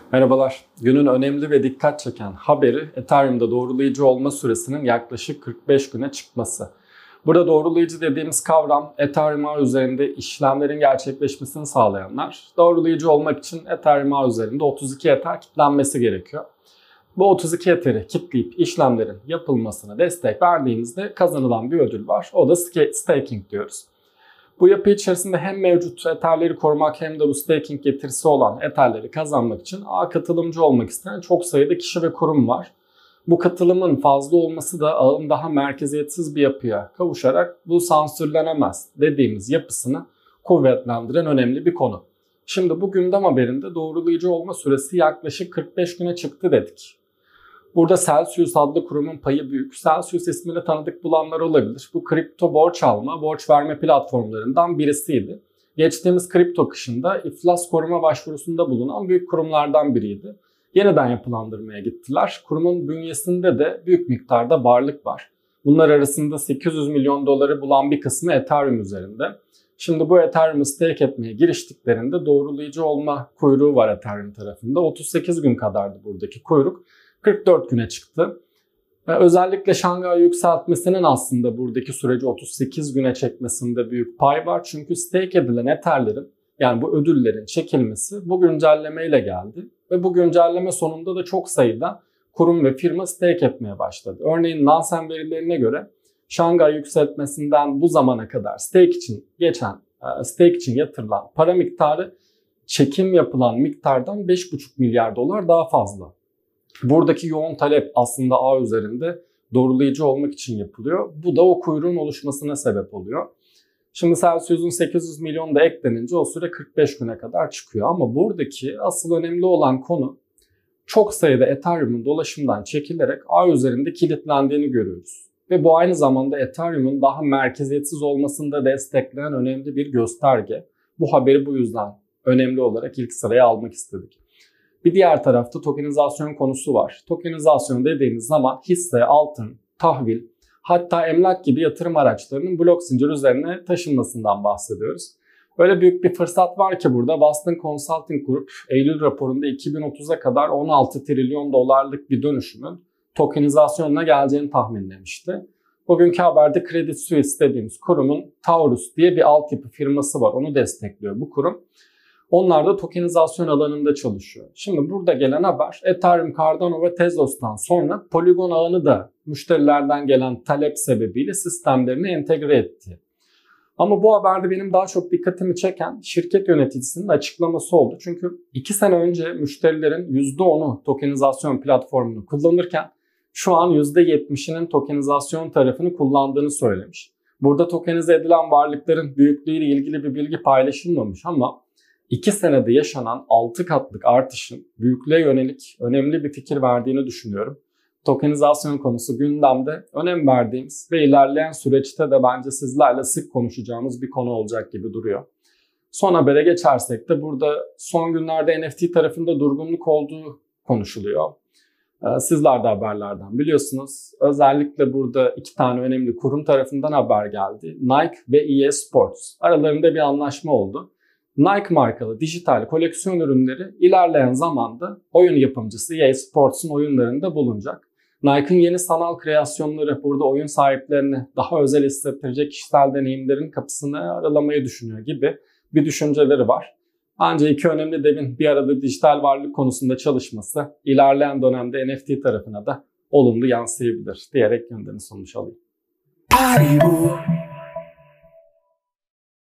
Merhabalar. Günün önemli ve dikkat çeken haberi Ethereum'da doğrulayıcı olma süresinin yaklaşık 45 güne çıkması. Burada doğrulayıcı dediğimiz kavram Ethereum ağ üzerinde işlemlerin gerçekleşmesini sağlayanlar. Doğrulayıcı olmak için Ethereum ağ üzerinde 32 Ether kilitlenmesi gerekiyor. Bu 32 Ether'i kilitleyip işlemlerin yapılmasına destek verdiğimizde kazanılan bir ödül var. O da staking diyoruz. Bu yapı içerisinde hem mevcut Ether'leri korumak hem de bu staking getirisi olan Ether'leri kazanmak için ağa katılımcı olmak isteyen çok sayıda kişi ve kurum var. Bu katılımın fazla olması da ağın daha merkeziyetsiz bir yapıya kavuşarak bu sansürlenemez dediğimiz yapısını kuvvetlendiren önemli bir konu. Şimdi bu gündem haberinde doğrulayıcı olma süresi yaklaşık 45 güne çıktı dedik. Burada Celsius adlı kurumun payı büyük. Celsius ismiyle tanıdık bulanlar olabilir. Bu kripto borç alma, borç verme platformlarından birisiydi. Geçtiğimiz kripto kışında iflas koruma başvurusunda bulunan büyük kurumlardan biriydi. Yeniden yapılandırmaya gittiler. Kurumun bünyesinde de büyük miktarda varlık var. Bunlar arasında 800 milyon doları bulan bir kısmı Ethereum üzerinde. Şimdi bu Ethereum'u stake etmeye giriştiklerinde doğrulayıcı olma kuyruğu var Ethereum tarafında. 38 gün kadardı buradaki kuyruk. 44 güne çıktı. Özellikle Şangay yükseltmesinin aslında buradaki süreci 38 güne çekmesinde büyük pay var. Çünkü stake edilen Ether'lerin yani bu ödüllerin çekilmesi bu güncellemeyle geldi. Ve bu güncelleme sonunda da çok sayıda kurum ve firma stake etmeye başladı. Örneğin Nansen verilerine göre Şangay yükseltmesinden bu zamana kadar stake için yatırılan para miktarı çekim yapılan miktardan 5,5 milyar dolar daha fazla. Buradaki yoğun talep aslında ağ üzerinde doğrulayıcı olmak için yapılıyor. Bu da o kuyruğun oluşmasına sebep oluyor. Şimdi Celsius'un 800 milyon da eklenince o süre 45 güne kadar çıkıyor. Ama buradaki asıl önemli olan konu çok sayıda Ethereum'un dolaşımdan çekilerek ağ üzerinde kilitlendiğini görüyoruz. Ve bu aynı zamanda Ethereum'un daha merkeziyetsiz olmasını da destekleyen önemli bir gösterge. Bu haberi bu yüzden önemli olarak ilk sıraya almak istedik. Bir diğer tarafta tokenizasyon konusu var. Tokenizasyon dediğimiz zaman hisse, altın, tahvil, hatta emlak gibi yatırım araçlarının blok zincir üzerine taşınmasından bahsediyoruz. Öyle büyük bir fırsat var ki burada Boston Consulting Group Eylül raporunda 2030'a kadar 16 trilyon dolarlık bir dönüşümün tokenizasyonuna geleceğini tahminlemişti. Bugünkü haberde Credit Suisse dediğimiz kurumun Taurus diye bir altyapı firması var. Onu destekliyor bu kurum. Onlar da tokenizasyon alanında çalışıyor. Şimdi burada gelen haber Ethereum, Cardano ve Tezos'tan sonra Polygon ağını da müşterilerden gelen talep sebebiyle sistemlerine entegre etti. Ama bu haberde benim daha çok dikkatimi çeken şirket yöneticisinin açıklaması oldu. Çünkü 2 sene önce müşterilerin %10'u tokenizasyon platformunu kullanırken şu an %70'inin tokenizasyon tarafını kullandığını söylemiş. Burada tokenize edilen varlıkların büyüklüğüyle ilgili bir bilgi paylaşılmamış ama 2 senede yaşanan 6 katlık artışın büyüklüğe yönelik önemli bir fikir verdiğini düşünüyorum. Tokenizasyon konusu gündemde önem verdiğimiz ve ilerleyen süreçte de bence sizlerle sık konuşacağımız bir konu olacak gibi duruyor. Son habere geçersek de burada son günlerde NFT tarafında durgunluk olduğu konuşuluyor. Sizler de haberlerden biliyorsunuz. Özellikle burada 2 tane önemli kurum tarafından haber geldi. Nike ve EA Sports. Aralarında bir anlaşma oldu. Nike markalı dijital koleksiyon ürünleri ilerleyen zamanda oyun yapımcısı EA Sports'un oyunlarında bulunacak. Nike'ın yeni sanal kreasyonları burada oyun sahiplerine daha özel hissettirecek kişisel deneyimlerin kapısını aralamayı düşünüyor gibi bir düşünceleri var. Ancak iki önemli devin bir arada dijital varlık konusunda çalışması ilerleyen dönemde NFT tarafına da olumlu yansıyabilir diyerek gündemi sonuç alayım.